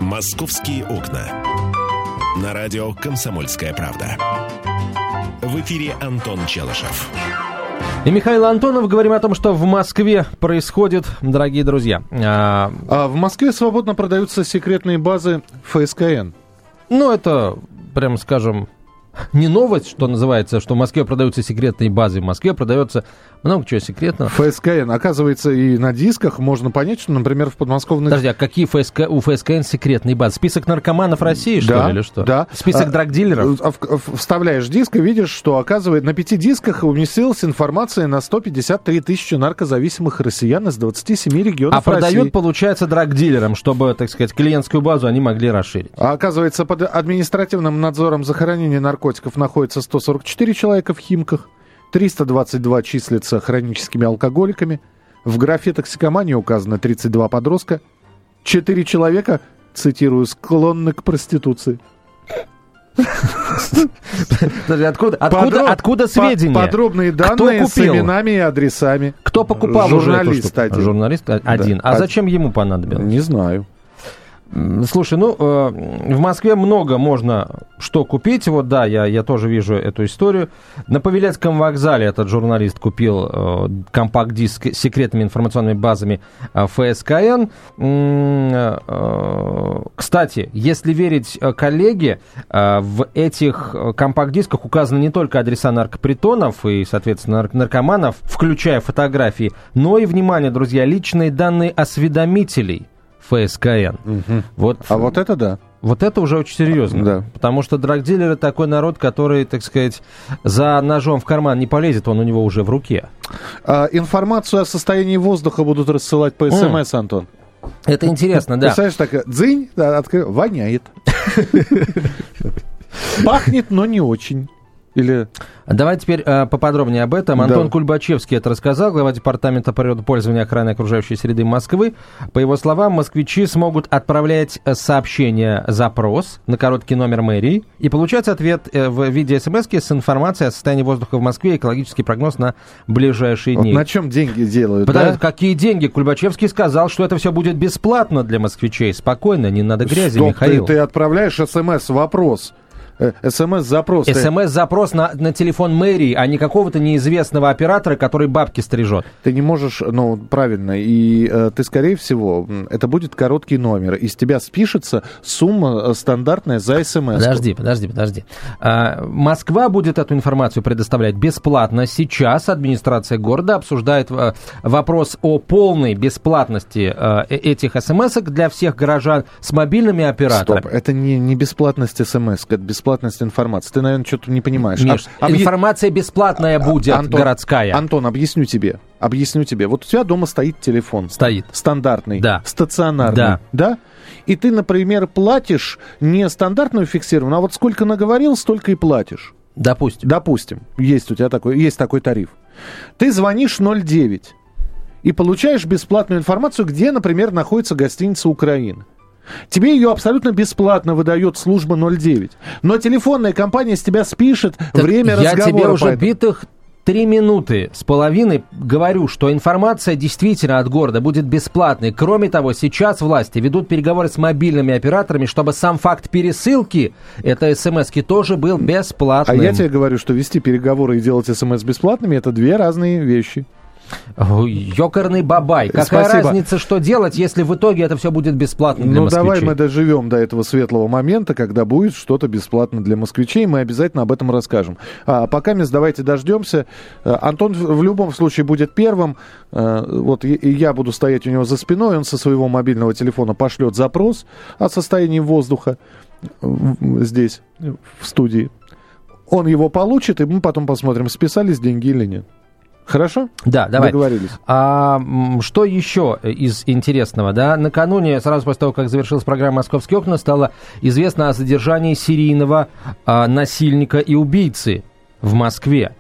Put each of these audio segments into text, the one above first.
«Московские окна». На радио «Комсомольская правда». В эфире Антон Челышев. И Михаил Антонов. Говорим о том, что в Москве происходит, дорогие друзья. В Москве свободно продаются секретные базы ФСКН. Ну, это, прямо скажем, не новость, что называется, что в Москве продаются секретные базы. В Москве продается много чего секретного. ФСКН. Оказывается, и на дисках можно понять, что, например, в подмосковных... Подожди, а какие у ФСКН секретные базы? Список наркоманов России, что ли, или что? Да. Список драгдилеров? Вставляешь диск и видишь, что, оказывается, на 5 дисках уместилась информация на 153 тысячи наркозависимых россиян из 27 регионов России. А продают, получается, драгдилерам, чтобы, так сказать, клиентскую базу они могли расширить. А оказывается, под административным надзором за хранение наркотиков находится 144 человека в Химках. 322 числятся хроническими алкоголиками. В графе токсикомании указано 32 подростка. 4 человека, цитирую, склонны к проституции. Откуда сведения? Подробные данные с именами и адресами. Кто покупал? Журналист один. Журналист один. А зачем ему понадобилось? Не знаю. Слушай, в Москве много можно что купить. Вот да, я тоже вижу эту историю. На Павелецком вокзале этот журналист купил компакт-диск с секретными информационными базами ФСКН. Кстати, если верить коллеге, в этих компакт-дисках указаны не только адреса наркопритонов и, соответственно, наркоманов, включая фотографии, но и, внимание, друзья, личные данные осведомителей ФСКН. Угу. Вот это да. Вот это уже очень серьезно. Да. Потому что драгдилеры такой народ, который, так сказать, за ножом в карман не полезет, он у него уже в руке. Информацию о состоянии воздуха будут рассылать по СМС, Антон. Это интересно, да. Представляешь, так, дзынь, воняет. Пахнет, но не очень. Давай теперь поподробнее об этом. Антон Кульбачевский это рассказал, глава департамента природопользования и охраны окружающей среды Москвы. По его словам, москвичи смогут отправлять сообщение «Запрос» на короткий номер мэрии и получать ответ в виде смс-ки с информацией о состоянии воздуха в Москве и экологический прогноз на ближайшие дни. На чем деньги делают? Да? Какие деньги? Кульбачевский сказал, что это все будет бесплатно для москвичей. Спокойно, не надо грязи, Михаил. Ты отправляешь смс-вопрос. СМС-запрос. СМС-запрос на телефон мэрии, а не какого-то неизвестного оператора, который бабки стрижет. Ты не можешь, правильно, и ты, скорее всего, это будет короткий номер. Из тебя спишется сумма стандартная за СМС. Подожди. Москва будет эту информацию предоставлять бесплатно. Сейчас администрация города обсуждает вопрос о полной бесплатности этих СМС-ок для всех горожан с мобильными операторами. Стоп, это не бесплатность СМС, это бесплатность информации. Ты, наверное, что-то не понимаешь. Миш, информация бесплатная будет, городская. Антон, объясню тебе. Вот у тебя дома стоит телефон. Стоит. Стандартный. Да. Стационарный. Да? И ты, например, платишь не стандартную фиксированную, а вот сколько наговорил, столько и платишь. Допустим. Есть у тебя такой тариф. Ты звонишь 09 и получаешь бесплатную информацию, где, например, находится гостиница «Украина». Тебе ее абсолютно бесплатно выдает служба 09. Но телефонная компания с тебя спишет время разговора. Я тебе уже битых 3 минуты с половиной говорю, что информация действительно от города будет бесплатной. Кроме того, сейчас власти ведут переговоры с мобильными операторами, чтобы сам факт пересылки этой смс-ки тоже был бесплатным. А я тебе говорю, что вести переговоры и делать смс бесплатными — это 2 разные вещи. Ёкарный бабай. Какая разница, что делать, если в итоге это все будет бесплатно для москвичей? Давай мы доживем до этого светлого момента, когда будет что-то бесплатно для москвичей. Мы обязательно об этом расскажем. Пока давайте дождемся. Антон в любом случае будет первым. Вот я буду стоять у него за спиной. Он со своего мобильного телефона пошлет запрос о состоянии воздуха здесь, в студии. Он его получит, и мы потом посмотрим, списались деньги или нет. Хорошо? Да, давай. Договорились. Что еще из интересного? Да? Накануне, сразу после того, как завершилась программа «Московские окна», стало известно о задержании серийного насильника и убийцы в Москве.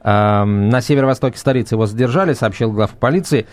На северо-востоке столицы его задержали, сообщил глава полиции.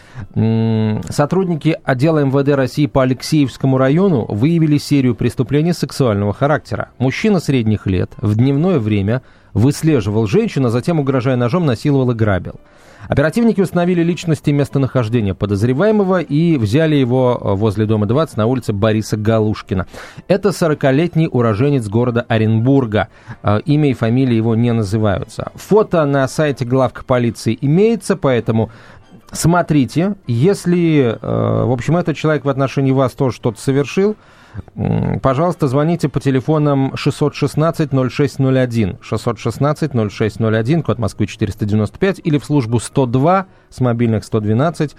Сотрудники отдела МВД России по Алексеевскому району выявили серию преступлений сексуального характера. Мужчина средних лет в дневное время выслеживал женщину, а затем, угрожая ножом, насиловал и грабил. Оперативники установили личность и местонахождение подозреваемого и взяли его возле дома 20 на улице Бориса Галушкина. Это 40-летний уроженец города Оренбурга. Имя и фамилия его не называются. Фото на сайте главка полиции имеется, поэтому смотрите. Если, в общем, этот человек в отношении вас тоже что-то совершил, пожалуйста, звоните по телефонам 616-0601, 616-0601, код Москвы 495, или в службу 102 с мобильных 112,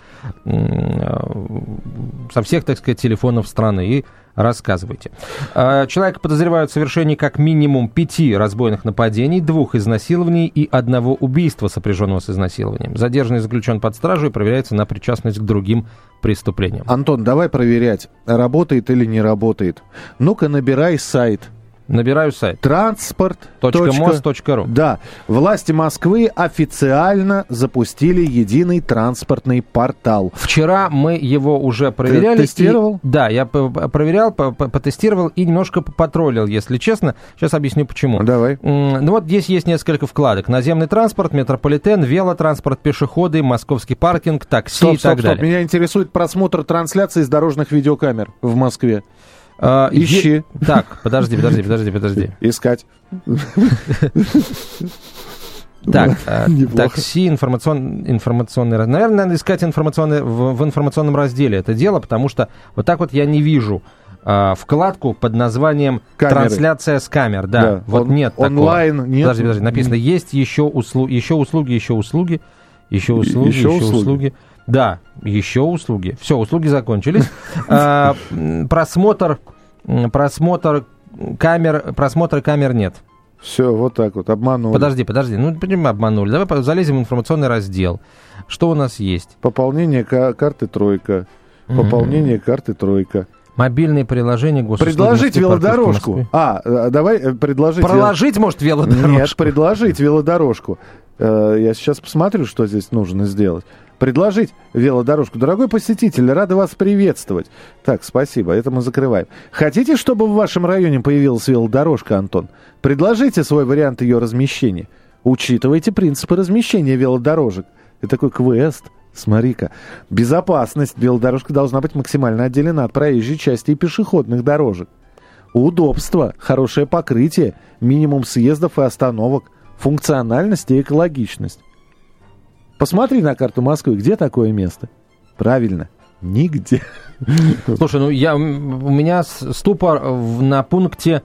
со всех, так сказать, телефонов страны, и рассказывайте. Человека подозревают в совершении как минимум 5 разбойных нападений, 2 изнасилований и 1 убийства, сопряженного с изнасилованием. Задержанный заключен под стражу и проверяется на причастность к другим преступлениям. Антон, давай проверять, работает или не работает. Ну-ка, набирай сайт. Набираю сайт. Транспорт.мост.ру. Да. Власти Москвы официально запустили единый транспортный портал. Вчера мы его уже проверяли. Ты тестировал? Да, я проверял, потестировал и немножко потроллил, если честно. Сейчас объясню, почему. Давай. Ну вот здесь есть несколько вкладок. Наземный транспорт, метрополитен, велотранспорт, пешеходы, московский паркинг, такси и так далее. Меня интересует просмотр трансляции с дорожных видеокамер в Москве. Ищи. Так, подожди. Искать. Так, такси, информационный... Наверное, надо искать в информационном разделе это дело, потому что вот так вот я не вижу вкладку под названием камеры. «Трансляция с камер». Да, вот нет онлайн такого. Нет. Подожди, написано, есть еще услуги. Да, еще услуги. Все, услуги закончились. Просмотр камер нет. Все, вот так вот, обманули. Подожди, ну, обманули. Давай залезем в информационный раздел. Что у нас есть? Пополнение карты «Тройка». Мобильные приложения госуслуги. Предложить велодорожку. Давай предложить... Проложить, может, велодорожку? Нет, предложить велодорожку. Я сейчас посмотрю, что здесь нужно сделать. Предложить велодорожку. Дорогой посетитель, рады вас приветствовать. Так, спасибо, это мы закрываем. Хотите, чтобы в вашем районе появилась велодорожка, Антон? Предложите свой вариант ее размещения. Учитывайте принципы размещения велодорожек. Это такой квест. Смотри-ка. Безопасность. Велодорожка должна быть максимально отделена от проезжей части и пешеходных дорожек. Удобство. Хорошее покрытие. Минимум съездов и остановок. Функциональность и экологичность. Посмотри на карту Москвы, где такое место? Правильно, нигде. Слушай, у меня ступор на пункте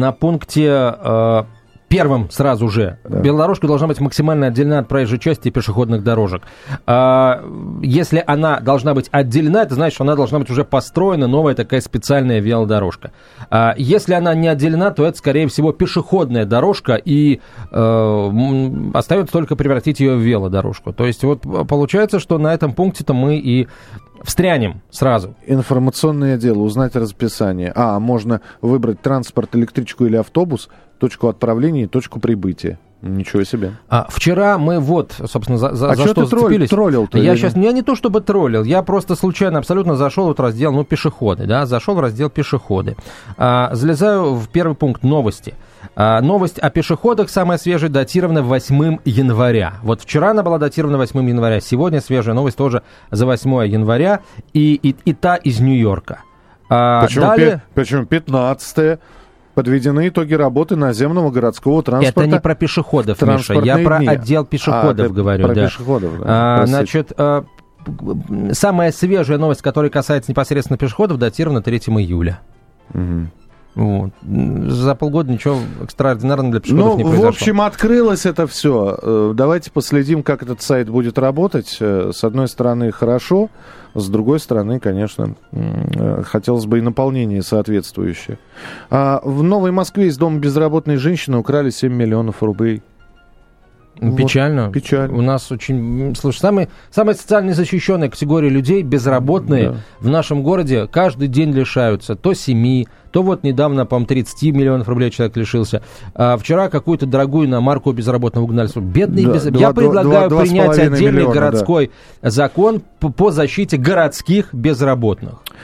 первым сразу же. Да. Велодорожка должна быть максимально отделена от проезжей части и пешеходных дорожек. Если она должна быть отделена, это значит, что она должна быть уже построена, новая такая специальная велодорожка. Если она не отделена, то это, скорее всего, пешеходная дорожка, и остается только превратить ее в велодорожку. То есть вот получается, что на этом пункте-то мы и встрянем сразу. Информационное дело, узнать расписание. Можно выбрать транспорт, электричку или автобус, точку отправления и точку прибытия. Ничего себе. Вчера мы собственно, за что зацепились. Троллил-то? Я не то чтобы троллил, я просто случайно абсолютно зашел в раздел, пешеходы, да, зашел в раздел пешеходы. Залезаю в первый пункт новости. Новость о пешеходах, самая свежая, датирована 8 января. Вот вчера она была датирована 8 января, сегодня свежая новость тоже за 8 января, и та из Нью-Йорка. Почему 15-е? Подведены итоги работы наземного городского транспорта. Это не про пешеходов, Миша, я про отдел пешеходов говорю. Про пешеходов, да. Значит, самая свежая новость, которая касается непосредственно пешеходов, датирована 3 июля. Угу. Вот. За полгода ничего экстраординарного для пешеходов не произошло. В общем, открылось это все. Давайте последим, как этот сайт будет работать. С одной стороны, хорошо. С другой стороны, конечно, хотелось бы и наполнение соответствующее. В Новой Москве из дома безработной женщины украли 7 миллионов рублей. Печально. Печально. У нас очень... Слушай, самая социально защищенная категория людей, безработные, в нашем городе каждый день лишаются то 7, то вот недавно, по-моему, 30 миллионов рублей человек лишился. Вчера какую-то дорогую иномарку безработного угнали. Бедные Я предлагаю принять отдельный городской закон по защите городских безработных.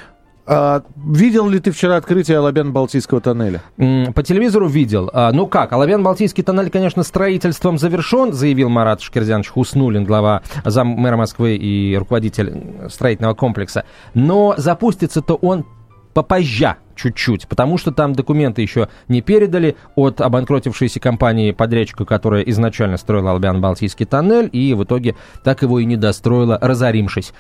Видел ли ты вчера открытие Алабяно-Балтийского тоннеля? По телевизору видел. Ну как, Алабяно-Балтийский тоннель, конечно, строительством завершен, заявил Марат Шакирзянович Хуснуллин, глава заммэра Москвы и руководитель строительного комплекса. Но запустится-то он попозже чуть-чуть, потому что там документы еще не передали от обанкротившейся компании-подрядчика, которая изначально строила Алабяно-Балтийский тоннель, и в итоге так его и не достроила, разорившись.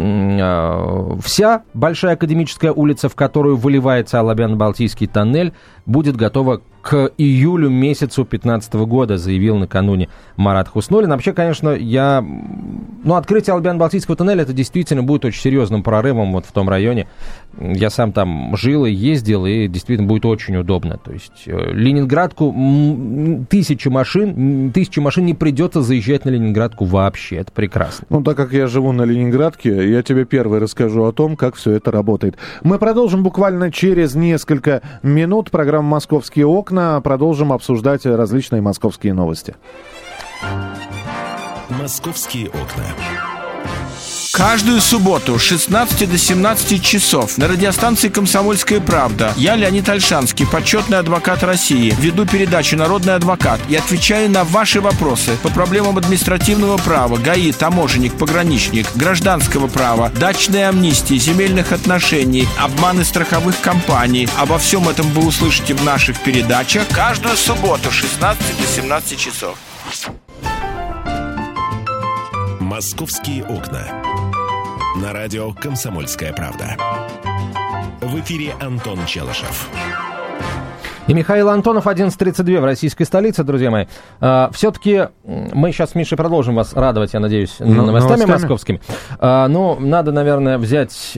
Вся Большая Академическая улица, в которую выливается Алабяно-Балтийский тоннель, будет готова к июлю месяцу 2015 года, заявил накануне Марат Хуснуллин. Вообще, конечно, открытие Алабяно-Балтийского тоннеля, это действительно будет очень серьезным прорывом вот в том районе. Я сам там жил и ездил, и действительно будет очень удобно. То есть Ленинградку тысячи машин не придется заезжать на Ленинградку вообще. Это прекрасно. Ну, так как я живу на Ленинградке, я тебе первый расскажу о том, как все это работает. Мы продолжим буквально через несколько минут. Программа «Московские окна». Продолжим обсуждать различные московские новости. «Московские окна». Каждую субботу с 16 до 17 часов на радиостанции «Комсомольская правда» я, Леонид Ольшанский, почетный адвокат России, веду передачу «Народный адвокат» и отвечаю на ваши вопросы по проблемам административного права, ГАИ, таможенник, пограничник, гражданского права, дачной амнистии, земельных отношений, обманы страховых компаний. Обо всем этом вы услышите в наших передачах каждую субботу с 16 до 17 часов. «Московские окна». На радио «Комсомольская правда». В эфире Антон Челышев. И Михаил Антонов, 11:32 в российской столице, друзья мои. Все-таки мы сейчас с Мишей продолжим вас радовать, я надеюсь, новостями московскими. Но надо, наверное, взять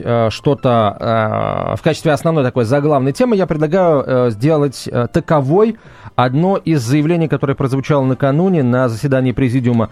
что-то в качестве основной такой заглавной темы. Я предлагаю сделать таковой одно из заявлений, которое прозвучало накануне на заседании Президиума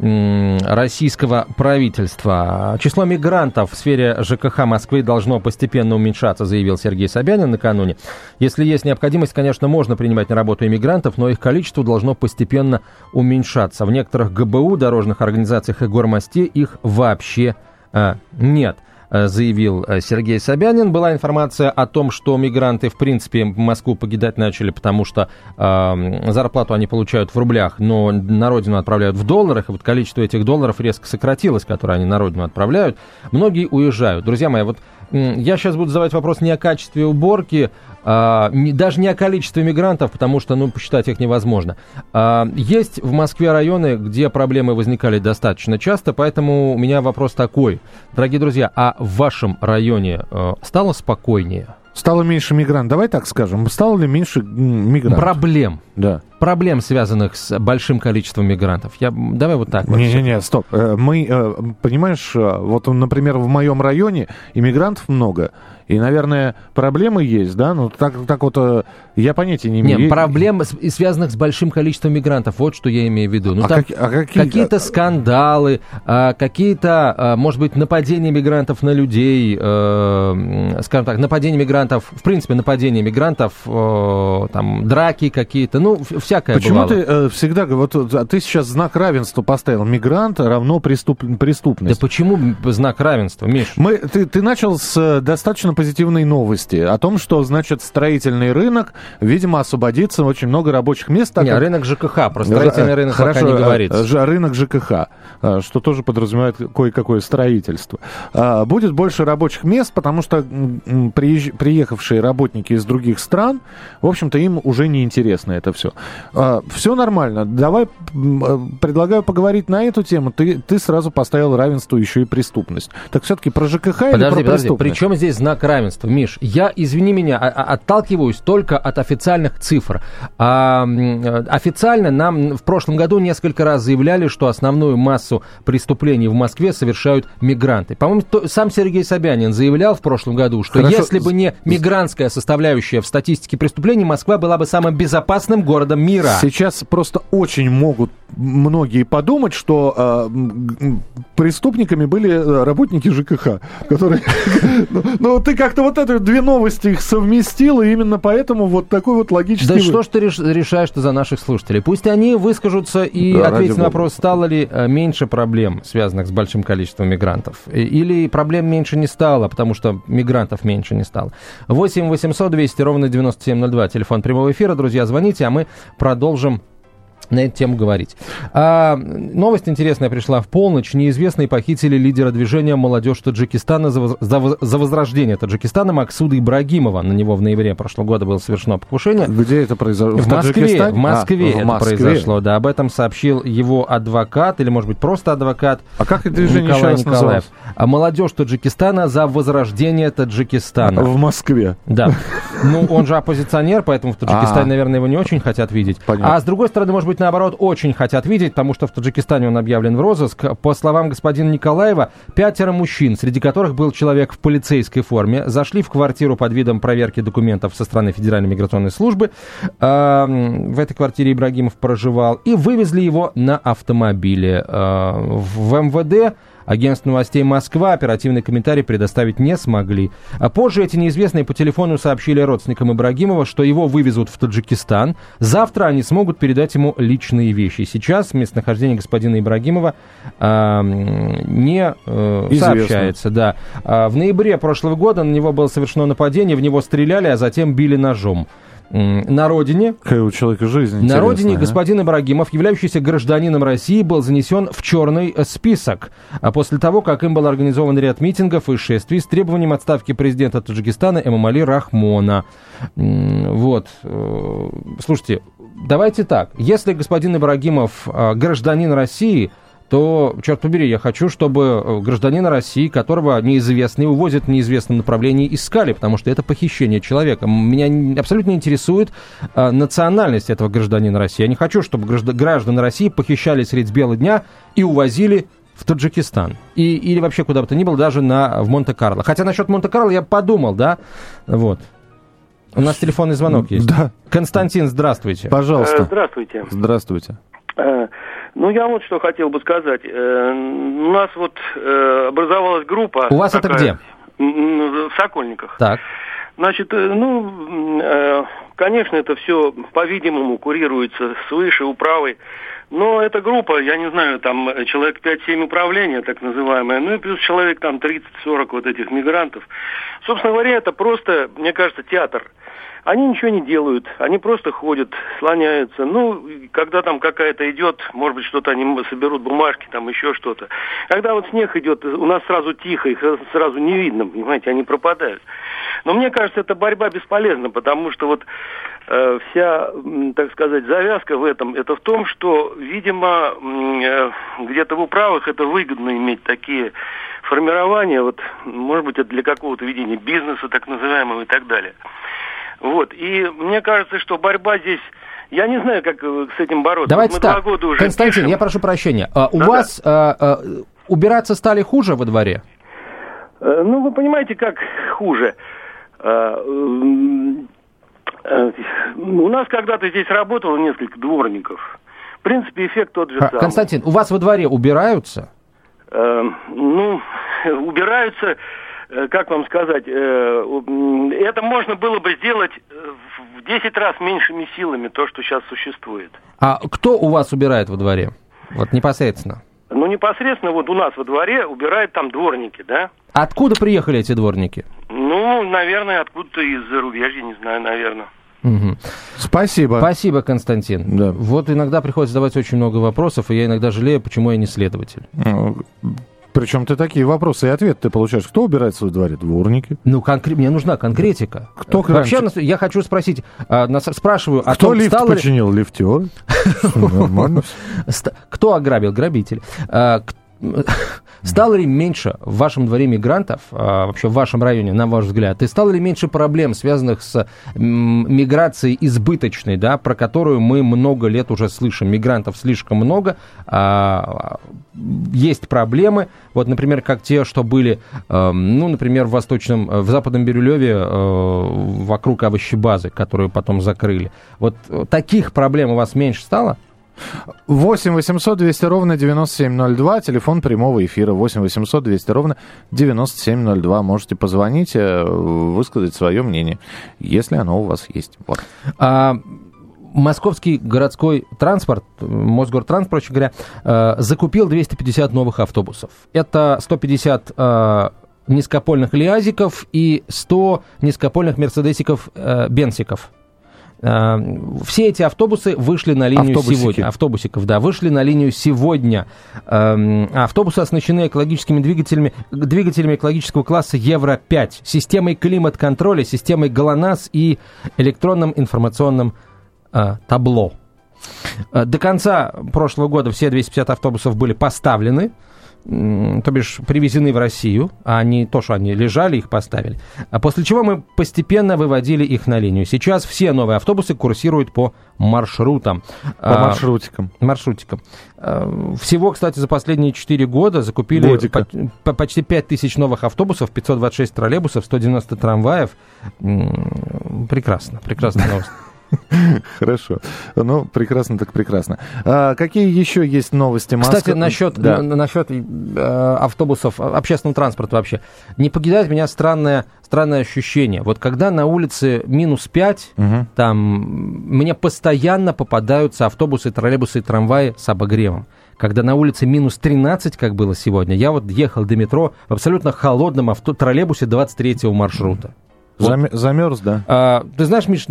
российского правительства. Число мигрантов в сфере ЖКХ Москвы должно постепенно уменьшаться, заявил Сергей Собянин накануне. Если есть необходимость, конечно, можно принимать на работу иммигрантов, но их количество должно постепенно уменьшаться. В некоторых ГБУ, дорожных организациях и гормосте их вообще нет, заявил Сергей Собянин. Была информация о том, что мигранты, в принципе, в Москву покидать начали, потому что зарплату они получают в рублях, но на родину отправляют в долларах, и вот количество этих долларов резко сократилось, которые они на родину отправляют. Многие уезжают. Друзья мои, вот я сейчас буду задавать вопрос не о качестве уборки, даже не о количестве мигрантов, потому что, посчитать их невозможно. Есть в Москве районы, где проблемы возникали достаточно часто, поэтому у меня вопрос такой. Дорогие друзья, а в вашем районе стало спокойнее? Стало меньше мигрантов. Давай так скажем. Стало ли меньше мигрантов? Проблем. Да. Проблем, связанных с большим количеством мигрантов. Давай вот так. Не-не-не, стоп. Мы, понимаешь, вот, например, в моем районе иммигрантов много. И, наверное, проблемы есть, да? Ну, так вот, я понятия не имею. Нет, проблем, связанных с большим количеством мигрантов, вот что я имею в виду. Какие-то скандалы, какие-то, может быть, нападения мигрантов на людей, скажем так, нападения мигрантов, в принципе, нападения мигрантов, там, драки какие-то, всякое бывало. Почему ты всегда, ты сейчас знак равенства поставил, мигрант равно преступность. Да почему знак равенства, Миш? Ты начал с достаточно позитивной новости о том, что, значит, строительный рынок, видимо, освободится очень много рабочих мест. Нет, рынок ЖКХ, про строительный рынок пока не говорится. Рынок ЖКХ, что тоже подразумевает кое-какое строительство. Будет больше рабочих мест, потому что приехавшие работники из других стран, в общем-то, им уже не интересно это все. Все нормально. Давай, предлагаю поговорить на эту тему. Ты сразу поставил равенство еще и преступность. Так все-таки про ЖКХ или про преступность? При чем здесь знак равенства, Миш? Я, извини меня, отталкиваюсь только от официальных цифр. Официально нам в прошлом году несколько раз заявляли, что основную массу преступлений в Москве совершают мигранты. По-моему, сам Сергей Собянин заявлял в прошлом году, что если бы не мигрантская составляющая в статистике преступлений, Москва была бы самым безопасным городом мира. Сейчас просто очень могут многие подумать, что преступниками были работники ЖКХ, которые... Ну, ты как-то вот эти две новости их совместил, и именно поэтому вот такой вот логический... Да что ж ты решаешь-то за наших слушателей? Пусть они выскажутся и ответят на вопрос, стало ли меньше проблем, связанных с большим количеством мигрантов. Или проблем меньше не стало, потому что мигрантов меньше не стало. 8 800 200 ровно 9702. Телефон прямого эфира. Друзья, звоните, а мы продолжим на эту тему говорить. Новость интересная пришла в полночь. Неизвестные похитили лидера движения «Молодежь Таджикистана» за возрождение Таджикистана Максуда Ибрагимова. На него в ноябре прошлого года было совершено покушение. Где это произошло? В Москве это произошло. Да, об этом сообщил его адвокат, или, может быть, просто адвокат. А как это движение Николай сейчас Николаев. «Молодежь Таджикистана за возрождение Таджикистана». В Москве. Да. Ну, он же оппозиционер, поэтому в Таджикистане, наверное, его не очень хотят видеть. Понятно. А с другой стороны, может быть, наоборот, очень хотят видеть, потому что в Таджикистане он объявлен в розыск. По словам господина Николаева, 5 мужчин, среди которых был человек в полицейской форме, зашли в квартиру под видом проверки документов со стороны Федеральной миграционной службы. В этой квартире Ибрагимов проживал. И вывезли его на автомобиле. В МВД агентство новостей «Москва» оперативный комментарий предоставить не смогли. А позже эти неизвестные по телефону сообщили родственникам Ибрагимова, что его вывезут в Таджикистан. Завтра они смогут передать ему личные вещи. Сейчас местонахождение господина Ибрагимова не сообщается. Да. В ноябре прошлого года на него было совершено нападение, в него стреляли, а затем били ножом. На родине, какая у человека жизнь на родине господин Ибрагимов, являющийся гражданином России, был занесен в черный список. А после того, как им был организован ряд митингов и шествий с требованием отставки президента Таджикистана Эмомали Рахмона. Вот. Слушайте, давайте так. Если господин Ибрагимов гражданин России, то, черт побери, я хочу, чтобы гражданина России, которого неизвестные увозят в неизвестном направлении, искали, потому что это похищение человека. Меня абсолютно не интересует национальность этого гражданина России. Я не хочу, чтобы граждан России похищали средь бела дня и увозили в Таджикистан. Или вообще куда бы то ни было, даже в Монте-Карло. Хотя насчет Монте-Карло я подумал, да, вот. У нас телефонный звонок есть. Да. Константин, здравствуйте. Пожалуйста. Здравствуйте. Здравствуйте. Ну, я вот что хотел бы сказать. У нас вот образовалась группа... У вас это где? В Сокольниках. Так. Значит, конечно, это все, по-видимому, курируется свыше, управой. Но эта группа, я не знаю, там человек 5-7 управления, так называемое, ну и плюс человек там 30-40 вот этих мигрантов. Собственно говоря, это просто, мне кажется, театр. Они ничего не делают, они просто ходят, слоняются. Ну, когда там какая-то идет, может быть, что-то они соберут, бумажки, там еще что-то. Когда вот снег идет, у нас сразу тихо, их сразу не видно, понимаете, они пропадают. Но мне кажется, эта борьба бесполезна, потому что вот вся, так сказать, завязка в этом, это в том, что, видимо, где-то в управах это выгодно иметь такие формирования, вот, может быть, это для какого-то ведения бизнеса, так называемого, и так далее. Вот, и мне кажется, что борьба здесь, я не знаю, как с этим бороться. Давайте вот так, 2 года уже Константин, пишем. Я прошу прощения, у вас убираться стали хуже во дворе? Ну, вы понимаете, как хуже. У нас когда-то здесь работало несколько дворников. В принципе, эффект тот же самый. Константин, у вас во дворе убираются? Ну, убираются... Как вам сказать, это можно было бы сделать в 10 раз меньшими силами, то, что сейчас существует. А кто у вас убирает во дворе? Вот непосредственно. Ну, непосредственно вот у нас во дворе убирают там дворники, да? Откуда приехали эти дворники? Ну, наверное, откуда-то из зарубежья, не знаю, наверное. Угу. Спасибо. Спасибо, Константин. Да. Вот иногда приходится задавать очень много вопросов, и я иногда жалею, почему я не следователь. Причем ты такие вопросы и ответы ты получаешь. Кто убирает в своем дворе? Дворники. Ну, мне нужна конкретика. Кто вообще, я хочу спросить, спрашиваю, а кто лифт починил? Лифтер? Нормально. Кто ограбил? Грабитель. Стало ли меньше в вашем дворе мигрантов, вообще в вашем районе, на ваш взгляд, и стало ли меньше проблем, связанных с миграцией избыточной, да, про которую мы много лет уже слышим? Мигрантов слишком много, есть проблемы, вот, например, как те, что были, например, в Западном Бирюлеве вокруг овощебазы, которую потом закрыли. Вот таких проблем у вас меньше стало? 8 800 200 ровно 9702, телефон прямого эфира 8 800 200 ровно 9702. Можете позвонить, высказать свое мнение, если оно у вас есть. Вот. Московский городской транспорт, Мосгортранс, проще говоря, закупил 250 новых автобусов. Это 150 низкопольных лиазиков и 100 низкопольных мерседесиков-бенсиков. Все эти автобусы вышли на линию сегодня. Автобусиков, да, вышли на линию сегодня. Автобусы оснащены экологическими двигателями экологического класса Евро-5, системой климат-контроля, системой ГЛОНАСС и электронным информационным табло. До конца прошлого года все 250 автобусов были поставлены, то бишь привезены в Россию, а не то, что они лежали, их поставили. После чего мы постепенно выводили их на линию. Сейчас все новые автобусы курсируют по маршрутам. По маршрутикам. Всего, кстати, за последние 4 года закупили почти 5000 новых автобусов, 526 троллейбусов, 190 трамваев. Прекрасная новость. Хорошо. Ну, прекрасно так прекрасно. Какие еще есть новости? Кстати, насчет автобусов, общественного транспорта вообще. Не покидает меня странное ощущение. Вот когда на улице -5, там мне постоянно попадаются автобусы, троллейбусы и трамваи с обогревом. Когда на улице -13, как было сегодня, я вот ехал до метро в абсолютно холодном троллейбусе 23-го маршрута. Замерз, да? Ты знаешь, Миш,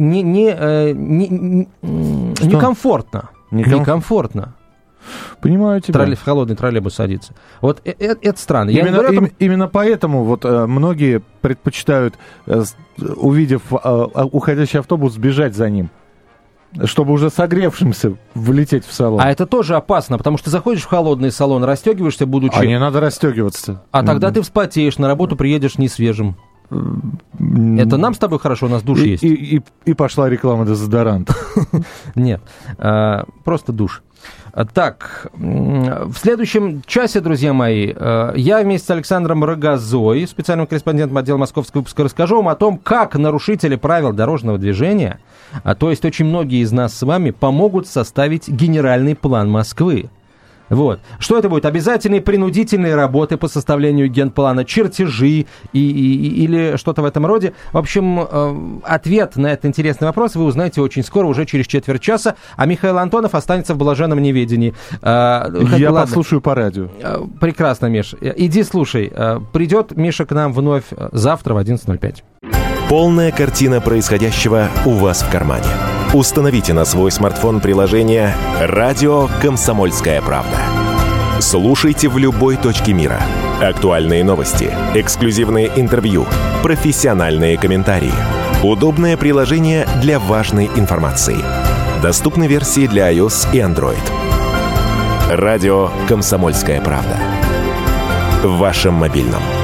некомфортно. Некомфортно. Понимаю тебя. В холодный троллейбус садиться. Вот это странно. Именно поэтому вот многие предпочитают, увидев уходящий автобус, бежать за ним, чтобы уже согревшимся влететь в салон. А это тоже опасно, потому что заходишь в холодный салон, расстегиваешься, будучи... А не надо расстегиваться. А тогда ты вспотеешь, на работу приедешь не свежим. Это нам с тобой хорошо, у нас душ есть. И пошла реклама дезодоранта. Нет, просто душ. Так, в следующем часе, друзья мои, я вместе с Александром Рогозой, специальным корреспондентом отдела московского выпуска, расскажу вам о том, как нарушители правил дорожного движения, то есть очень многие из нас с вами, помогут составить генеральный план Москвы. Вот. Что это будет? Обязательные принудительные работы по составлению генплана, чертежи или что-то в этом роде. В общем, ответ на этот интересный вопрос вы узнаете очень скоро, уже через четверть часа. А Михаил Антонов останется в блаженном неведении. Я послушаю по радио. Прекрасно, Миш. Иди слушай. Придет Миша к нам вновь завтра в 11:05. Полная картина происходящего у вас в кармане. Установите на свой смартфон приложение «Радио Комсомольская правда». Слушайте в любой точке мира. Актуальные новости, эксклюзивные интервью, профессиональные комментарии. Удобное приложение для важной информации. Доступны версии для iOS и Android. «Радио Комсомольская правда». В вашем мобильном.